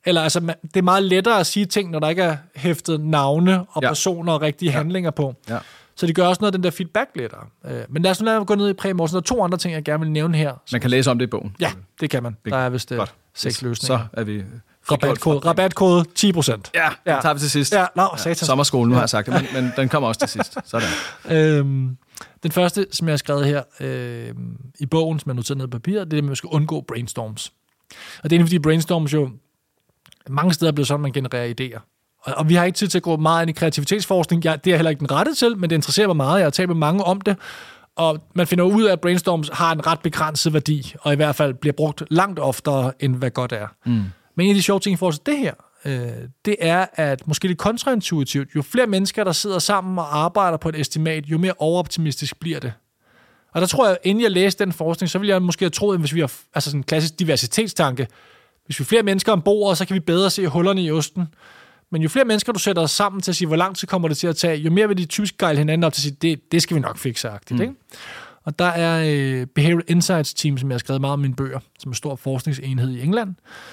B: Eller altså, det er meget lettere at sige ting, når der ikke er hæftet navne og personer og rigtige handlinger på. Ja. Så det gør også noget af den der feedback lettere. Men lad os nu gå ned i Præmorsen. Der er 2 andre ting, jeg gerne vil nævne her.
A: Man kan læse om det i bogen.
B: Ja, det kan man. Der er vist 6 løsninger.
A: Så er vi...
B: Rabatkode 10%.
A: Ja, den tager vi til sidst. Sommerskolen, nu har jeg sagt det, men den kommer også til sidst. Sådan.
B: Den første, som jeg har skrevet her i bogen, som jeg noteret ned på papiret, det er, at man skal undgå brainstorms. Og det er fordi brainstorms jo mange steder bliver sådan, at man genererer idéer. Og vi har ikke tid til at gå meget ind i kreativitetsforskning. Det er jeg heller ikke den rette til, men det interesserer mig meget. Jeg har talt med mange om det. Og man finder ud af, at brainstorms har en ret begrænset værdi, og i hvert fald bliver brugt langt oftere, end hvad godt er. Men en af de sjove ting i forhold til det her, det er, at måske lidt kontraintuitivt, jo flere mennesker, der sidder sammen og arbejder på et estimat, jo mere overoptimistisk bliver det. Og der tror jeg, inden jeg læste den forskning, så ville jeg måske have troet, hvis vi har altså sådan en klassisk diversitetstanke, hvis vi er flere mennesker ombord, så kan vi bedre se hullerne i osten. Men jo flere mennesker, du sætter sammen til at sige, hvor lang tid kommer det til at tage, jo mere vil de typisk gejle hinanden op til at sige, det skal vi nok fikse-agtigt. Ikke? Og der er Behavioral Insights Team, som jeg har skrevet meget om mine bøger, som er en stor forskningsenhed i England.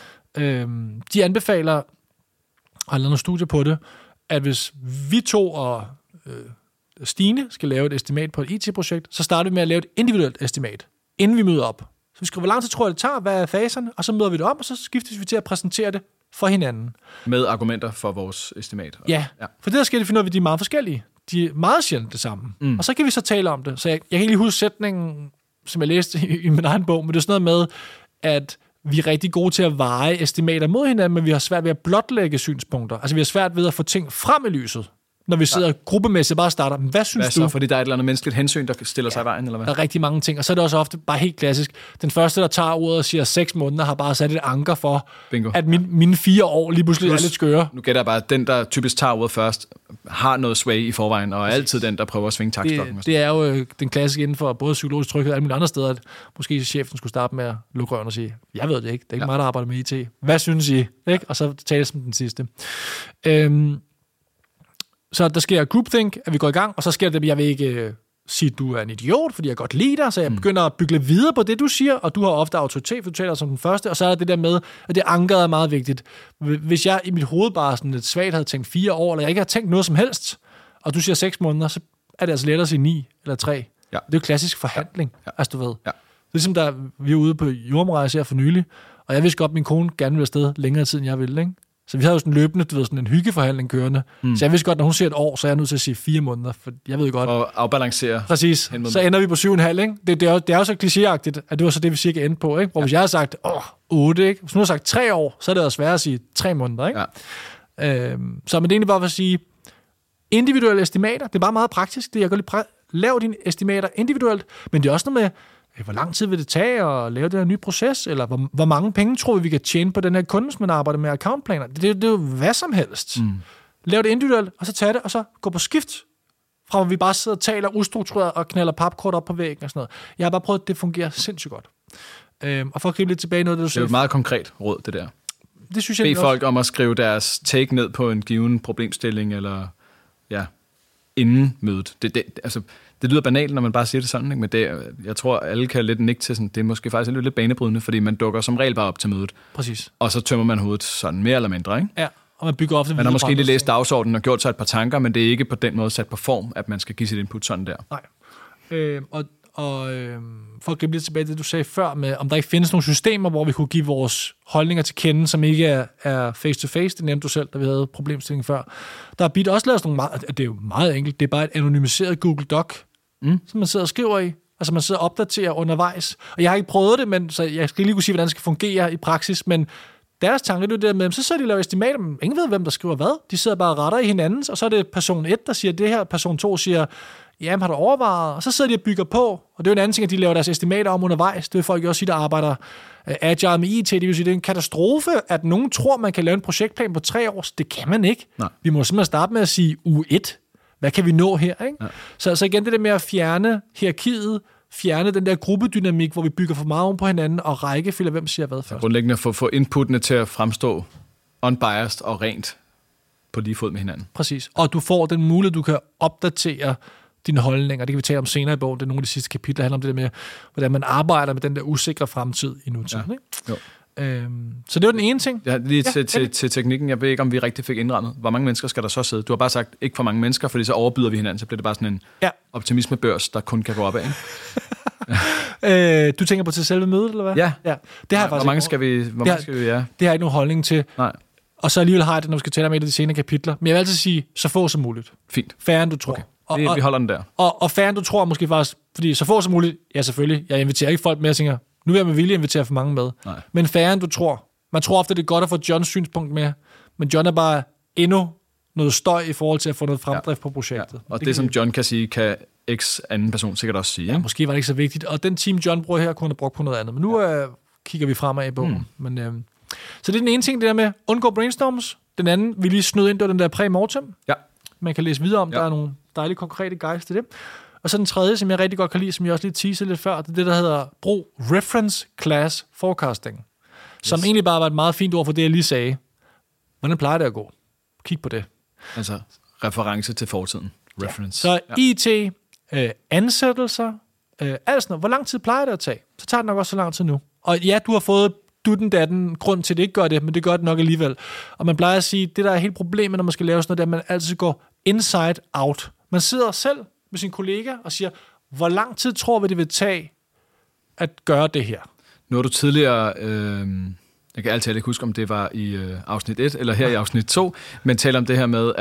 B: De anbefaler, og har lavet nogle studier på det, at hvis vi to og Stine skal lave et estimat på et IT-projekt, så starter vi med at lave et individuelt estimat, inden vi møder op. Så vi skriver, hvor lang tid tror jeg, det tager, hvad er faserne, og så møder vi det op, og så skiftes vi til at præsentere det for hinanden.
A: Med argumenter for vores estimat.
B: Ja, for det der skal det finde ud af, at de er meget forskellige. De er meget sjældent det samme. Og så kan vi så tale om det. Så jeg kan ikke lige huske sætningen, som jeg læste i min egen bog, men det er sådan noget med, at vi er rigtig gode til at veje estimater mod hinanden, men vi har svært ved at blotlægge synspunkter. Altså vi har svært ved at få ting frem i lyset, når vi sidder gruppemæssigt bare starter. Men hvad synes du?
A: Fordi der er et eller andet menneskeligt hensyn, der stiller sig i vejen, eller hvad?
B: Der er rigtig mange ting, og så er det også ofte bare helt klassisk. Den første, der tager ordet og siger 6 måneder, har bare sat et anker for, bingo, at mine 4 år lige pludselig er lidt skøre.
A: Nu gætter jeg bare, at den, der typisk tager ordet først, har noget sway i forvejen, og er altid den, der prøver at svinge taktstokken.
B: Det er jo den klassiske inden for både psykologisk tryghed og alle mulige andre steder, at måske chefen skulle starte med at lukke røven og sige, jeg ved det ikke, det er ikke mig, der arbejder med IT. Hvad synes I? Ikke? Og så tales som den sidste. Så der sker groupthink, at vi går i gang, og så sker det, at jeg vil ikke sige, at du er en idiot, fordi jeg godt lide dig, så jeg begynder at bygge lidt videre på det, du siger, og du har ofte autoritet, for du taler som den første, og så er der det der med, at det ankeret er meget vigtigt. Hvis jeg i mit hoved bare sådan lidt svagt havde tænkt 4 år, eller jeg ikke har tænkt noget som helst, og du siger 6 måneder, så er det altså lettere at sige 9 eller 3. Ja. Det er jo klassisk forhandling, altså du ved. Ja. Ligesom da vi er ude på jordomrejse her for nylig, og jeg vidste godt, at min kone gerne ville afsted længere tid, end jeg ville, ikke? Så vi havde jo sådan løbende, du ved, sådan en hyggeforhandling kørende. Så jeg vidste godt, når hun siger 1 år, så er jeg nødt til at sige 4 måneder, for jeg ved godt.
A: Og afbalancere.
B: Præcis. Så ender vi på 7,5, ikke? Det er jo så klichéagtigt, at det var så det, vi cirka endte på, ikke? Hvor hvis jeg har sagt 8, ikke? Hvis nu har sagt 3 år, så er det også svært at sige 3 måneder, ikke? Ja. Så men det er egentlig bare for at sige, individuelle estimater, det er bare meget praktisk. Det jeg kan lige lave dine estimater individuelt, men det er også noget med, hvor lang tid vil det tage at lave den her nye proces, eller hvor mange penge tror vi kan tjene på den her kunde, som man arbejder med accountplaner. Det er jo hvad som helst. Lav det individuelt, og så tag det, og så gå på skift, fra hvor vi bare sidder og taler ustruktureret og knalder papkort op på væggen og sådan noget. Jeg har bare prøvet, at det fungerer sindssygt godt. Og for at gribe lidt tilbage noget, det du
A: sagde. Det er jo et meget konkret råd, det der.
B: Det synes jeg
A: Bed folk om at skrive deres take ned på en given problemstilling, eller inden mødet. Det lyder banalt, når man bare siger det sådan, ikke? Men jeg tror, alle kan lidt nikke til sådan, det er måske faktisk lidt banebrydende, fordi man dukker som regel bare op til mødet.
B: Præcis.
A: Og så tømmer man hovedet sådan mere eller mindre, ikke?
B: Ja, og man bygger ofte.
A: Man har måske lige læst dagsordenen og gjort sig et par tanker, men det er ikke på den måde sat på form, at man skal give sit input sådan der.
B: Nej. For at gribe lidt tilbage til det, du sagde før, med om der ikke findes nogle systemer, hvor vi kunne give vores holdninger til kende, som ikke er face-to-face, det nævnte du selv, da vi havde problemstilling før. Der er BIT også lavet sådan nogle det er jo meget enkelt, det er bare et anonymiseret Google Doc, som man sidder og skriver i. Altså man sidder og opdaterer undervejs. Og jeg har ikke prøvet det, men så jeg skal lige kunne sige, hvordan det skal fungere i praksis, men deres tanke er det der med, så sidder de og laver estimater, men ingen ved, hvem der skriver hvad. De sidder bare og retter i hinandens, og så er det person 1, der siger det her, person 2 siger, jamen har du overvejet, og så sidder de og bygger på, og det er jo en anden ting, at de laver deres estimater om undervejs. Det vil folk jo også sige, der arbejder agile med IT, det vil sige, det er en katastrofe, at nogen tror, man kan lave en projektplan på 3 år, det kan man ikke. Nej. Vi må simpelthen starte med at sige uge 1. Hvad kan vi nå her? Ikke? Ja. Så igen det der med at fjerne hierarkiet, fjerne den der gruppedynamik, hvor vi bygger for meget oven på hinanden, og rækkefølge, hvem siger hvad først.
A: Grundlæggende at få inputtene til at fremstå unbiased og rent på lige fod med hinanden.
B: Præcis. Og du får den mulighed, du kan opdatere dine holdninger. Det kan vi tale om senere i bogen. Det er nogle af de sidste kapitler, der handler om det der med, hvordan man arbejder med den der usikre fremtid i nutiden. Ja. Ikke? Så det var den ene ting.
A: Ja, lige til teknikken. Jeg ved ikke, om vi rigtig fik indrammet. Hvor mange mennesker skal der så sidde? Du har bare sagt, ikke for mange mennesker, fordi så overbyder vi hinanden. Så bliver det bare sådan en optimismebørs, der kun kan gå opad.
B: Du tænker på til selve mødet, eller hvad?
A: Ja.
B: Det har jeg
A: Hvor mange skal vi?
B: Det har jeg ikke nogen holdning til.
A: Nej.
B: Og så alligevel har jeg det, når vi skal tale om et af de senere kapitler. Men jeg vil altid sige, så få som muligt.
A: Fint.
B: Færre end du tror.
A: Okay. Vi holder den der.
B: Og færre end du tror måske faktisk, fordi så få som muligt, ja selvfølgelig, jeg inviterer ikke folk med, jeg tænker, nu vil jeg med vilje invitere for mange med.
A: Nej.
B: Men færre end du tror. Man tror ofte, det er godt at få Johns synspunkt med, men John er bare endnu noget støj i forhold til at få noget fremdrift på projektet.
A: Ja. Og det som John kan sige, kan x anden person sikkert også sige.
B: Ja, måske var det ikke så vigtigt. Og den team, John bruger her, kunne have brugt på noget andet. Men nu kigger vi fremad i bogen. Men, så det er den ene ting, det der med undgå brainstorms. Den anden, vi lige snød ind, det var den der præ-mortem.
A: Ja.
B: Man kan læse videre om, der er nogle dejlige konkrete guides til det. Og så den tredje, som jeg rigtig godt kan lide, som jeg også lige teasede lidt før, det er det, der hedder brug reference class forecasting. Som egentlig bare var et meget fint ord for det, jeg lige sagde. Hvordan plejer det at gå? Kig på det.
A: Altså reference til fortiden. Reference.
B: Ja. Så IT, ansættelser, altså hvor lang tid plejer det at tage? Så tager det nok også så lang tid nu. Og ja, du har fået datten grund til, at det ikke gør det, men det gør det nok alligevel. Og man plejer at sige, det der er helt problemet, når man skal lave sådan noget, det er, at man altid går inside out. Man sidder selv med sin kollega og siger, hvor lang tid tror vi, det vil tage at gøre det her?
A: Nu har du tidligere, jeg kan altid ikke huske, om det var i afsnit 1 eller her i afsnit 2, men taler om det her med,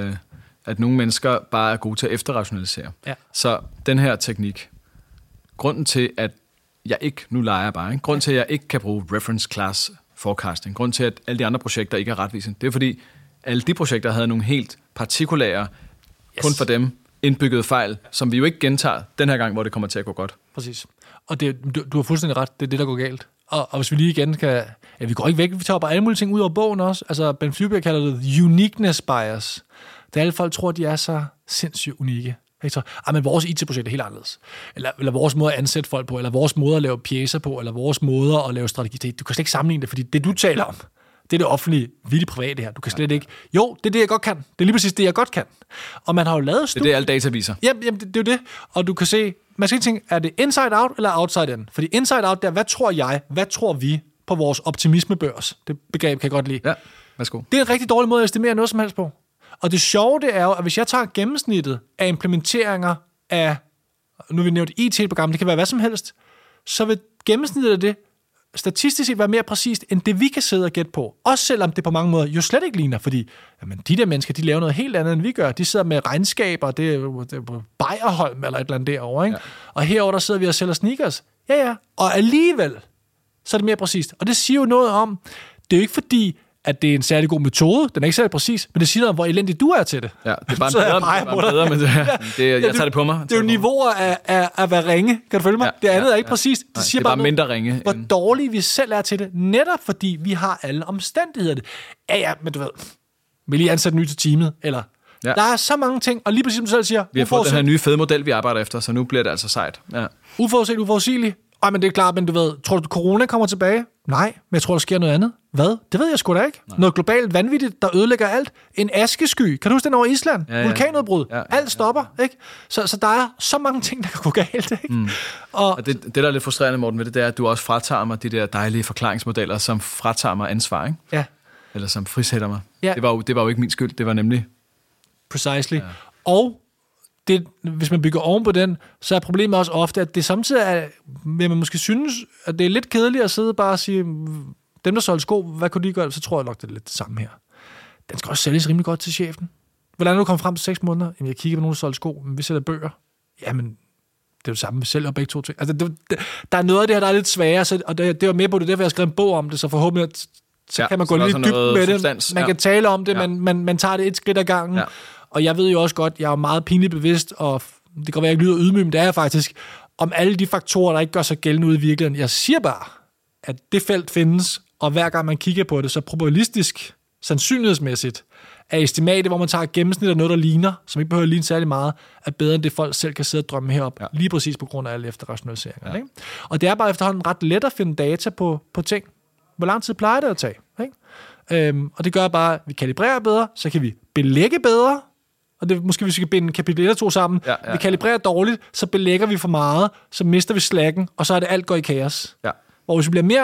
A: at nogle mennesker bare er gode til at efterrationalisere.
B: Ja.
A: Så den her teknik, grunden til, at jeg ikke, nu leger jeg bare, grund til, at jeg ikke kan bruge reference class forecasting, grund til, at alle de andre projekter ikke er retvisende, det er fordi, alle de projekter havde nogle helt partikulære, kun for dem, indbyggede fejl, som vi jo ikke gentager den her gang, hvor det kommer til at gå godt.
B: Præcis. Og du har fuldstændig ret, det er det, der går galt. Og hvis vi lige igen kan... Ja, vi går ikke væk, vi tager bare alle mulige ting ud af bogen også. Altså, Ben Flyvbjerg kalder det uniqueness bias. Det er alle folk tror, de er så sindssygt unikke. Jeg tror, men vores IT-projekt er helt anderledes. Eller vores måde at ansætte folk på, eller vores måde at lave pjecer på, eller vores måde at lave strategi. Du kan slet ikke sammenligne det, fordi det, du taler om, det er det offentlige, vildt private her. Du kan slet ikke... Jo, det er det, jeg godt kan. Det er lige præcis det, jeg godt kan. Og man har jo lavet studier...
A: Det er det, alle data viser.
B: Jamen det er jo det. Og du kan se... Man skal ikke tænke, er det inside out eller outside in? Fordi inside out, der hvad tror jeg, hvad tror vi på vores optimismebørs? Det begreb kan jeg godt lide.
A: Ja, værsgo.
B: Det er en rigtig dårlig måde at estimere noget som helst på. Og det sjove, det er jo, at hvis jeg tager gennemsnittet af implementeringer af... Nu har vi nævnt IT-program, det kan være hvad som helst. Så vil gennemsnittet af det statistisk set være mere præcist, end det vi kan sidde og gætte på. Også selvom det på mange måder jo slet ikke ligner, fordi jamen, de der mennesker, de laver noget helt andet, end vi gør. De sidder med regnskaber, det er Bayerholm eller et eller andet derovre, ikke? Ja. Og herover der sidder vi og sælger sneakers. Ja. Og alligevel, så er det mere præcist. Og det siger jo noget om, det er jo ikke fordi, at det er en særlig god metode. Den er ikke særlig præcis, men det siger noget om, hvor elendig du er til det.
A: Ja, det er bare bedre med det her. Jeg tager det på mig.
B: Det er jo niveauer af at være ringe. Kan du følge mig? Det andet er ikke præcis.
A: Det siger bare mindre ringe.
B: Hvor dårlige vi selv er til det. Netop fordi vi har alle omstændigheder. Ja, men du ved, vil I ansætte ny til teamet? Eller der er så mange ting, og lige præcis som du selv siger,
A: vi har fået den her nye fede model, vi arbejder efter, så nu bliver det altså sejt. Ja.
B: Uforudsigeligt. Men det er klart, men du ved, tror du, corona kommer tilbage? Nej, men jeg tror, der sker noget andet. Hvad? Det ved jeg sgu da ikke. Nej. Noget globalt vanvittigt, der ødelægger alt. En askesky. Kan du huske den over Island? Ja. Vulkanudbrud. Ja. Alt stopper, ikke? Så der er så mange ting, der kan gå galt, ikke?
A: Mm. Og det, der er lidt frustrerende, Morten, ved det, er, at du også fratager mig de der dejlige forklaringsmodeller, som fratager mig ansvar, ikke?
B: Ja.
A: Eller som frisætter mig. Ja. Det var jo ikke min skyld. Det var nemlig...
B: Precisely. Ja. Og det, hvis man bygger oven på den, så er problemet også ofte, at det samtidig er, vil man måske synes, at det er lidt kedeligt at sidde bare og sige, dem der solgte sko, hvad kunne de gøre? Så tror jeg nok, det er lidt det samme her. Den skal også sælges rimelig godt til chefen. Hvordan er du kommet frem til 6 måneder? Jamen, jeg kigger på nogen, der solgte sko, men vi sælger bøger. Jamen, det er jo samme, vi sælger begge to ting. Altså, der er noget af det her, der er lidt sværere, og det var med på det, derfor jeg skrev en bog om det, så forhåbentlig kan man gå lidt dybt med det. Man kan tale om det, man tager det et skridt ad gangen. Ja. Og jeg ved jo også godt, jeg er meget pinligt bevidst, og det kan være, at jeg lyder ydmyg, men det er jeg faktisk, om alle de faktorer, der ikke gør sig gældende ud i virkeligheden. Jeg siger bare, at det felt findes, og hver gang man kigger på det, så probabilistisk, sandsynlighedsmæssigt, er estimatet, hvor man tager gennemsnit af noget, der ligner, som ikke behøver at ligne særlig meget, er bedre end det, folk selv kan sidde og drømme herop, lige præcis på grund af alle efterrationaliseringer. Ja. Ikke? Og det er bare efterhånden ret let at finde data på ting. Hvor lang tid plejer det at tage? Ikke? Og det gør bare, at vi kalibrerer bedre, så kan vi belægge bedre, og det måske, hvis vi kan binde kapitel 1 og 2 sammen. Vi kalibrerer dårligt, så belægger vi for meget, så mister vi slacken, og så er det alt går i kaos. Ja. Hvor hvis vi bliver mere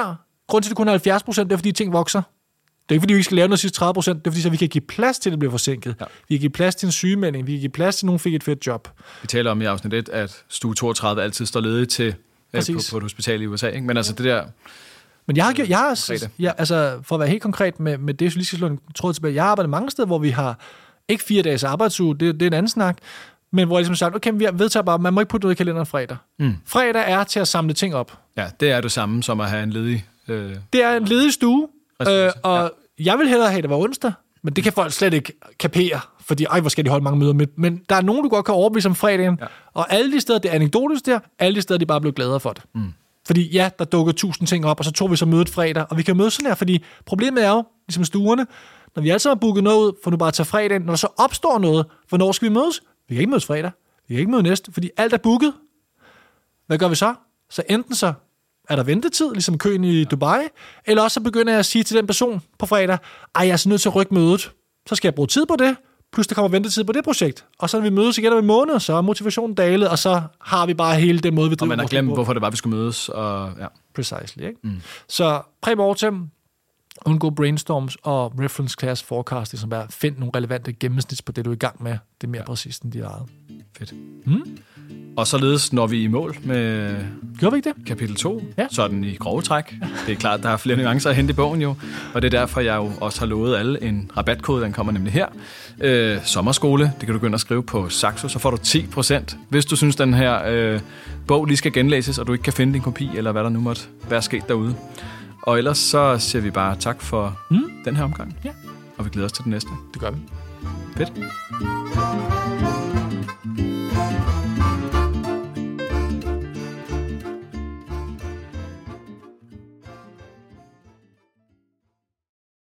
B: Grunden til, at det kun er 70%, det er, fordi ting vokser. Det er ikke, fordi vi ikke skal lave noget sidste 30%. Det er, fordi så vi kan give plads til, at det bliver forsinket. Ja. Vi kan give plads til en sygemelding. Vi kan give plads til, at nogen fik et fedt job.
A: Vi taler om i afsnit 1, at stue 32 altid står ledig til på et hospital i USA. Ikke? Men altså det der...
B: Men jeg har altså, for at være helt konkret med det, så lige skal slå en tråd tilbage. Jeg har arbejdet mange steder, hvor vi har ikke 4 dages arbejdsuge, det er en anden snak, men hvor jeg ligesom sagt, okay, vi vedtager bare, man må ikke putte noget i kalenderen fredag. Fredag er til at samle ting op.
A: Ja, det er det samme som at have en ledig...
B: Det er en ledig stue, og jeg vil hellere have, at det var onsdag, men det kan folk slet ikke kapere, fordi, hvor skal de holde mange møder med. Men der er nogen, du godt kan overbevise om fredagen, og alle de steder, det er anekdotisk der, alle de steder, de bare blev gladere for det. Fordi der dukkede 1000 ting op, og så tog vi så mødet fredag, og vi kan mødes sådan her, fordi problemet er jo, ligesom stuerne, når vi altid har booket noget ud, for nu bare tage fredagen, når der så opstår noget, hvornår skal vi mødes? Vi kan ikke mødes fredag, vi kan ikke møde næste, fordi alt er booket. Hvad gør vi så? Så enten så er der ventetid, ligesom køen i Dubai, eller også så begynder jeg at sige til den person på fredag, jeg er så nødt til at rykke mødet, så skal jeg bruge tid på det, plus der kommer ventetid på det projekt, og så når vi mødes igen om en måned, så er motivationen dalet, og så har vi bare hele den måde, vi driver.
A: Og man har glemt, hvorfor det var, vi skulle mødes. Og,
B: Precisely, ikke? Så præmortem, undgå brainstorms og reference class forecast, ligesom bare find nogle relevante gennemsnits på det, du er i gang med. Det er mere præcist end dit eget.
A: Fedt. Og således når vi i mål med
B: Gjorde vi ikke det?
A: Kapitel 2, sådan i grove træk. Det er klart, der er flere nuancer at hente i bogen jo, og det er derfor, jeg jo også har lovet alle en rabatkode, den kommer nemlig her. Sommerskole, det kan du gå ind og skrive på Saxo, så får du 10%, hvis du synes, den her bog lige skal genlæses, og du ikke kan finde din kopi, eller hvad der nu måtte være sket derude. Og ellers så siger vi bare tak for den her omgang, og vi glæder os til den næste.
B: Det gør vi.
A: Fedt.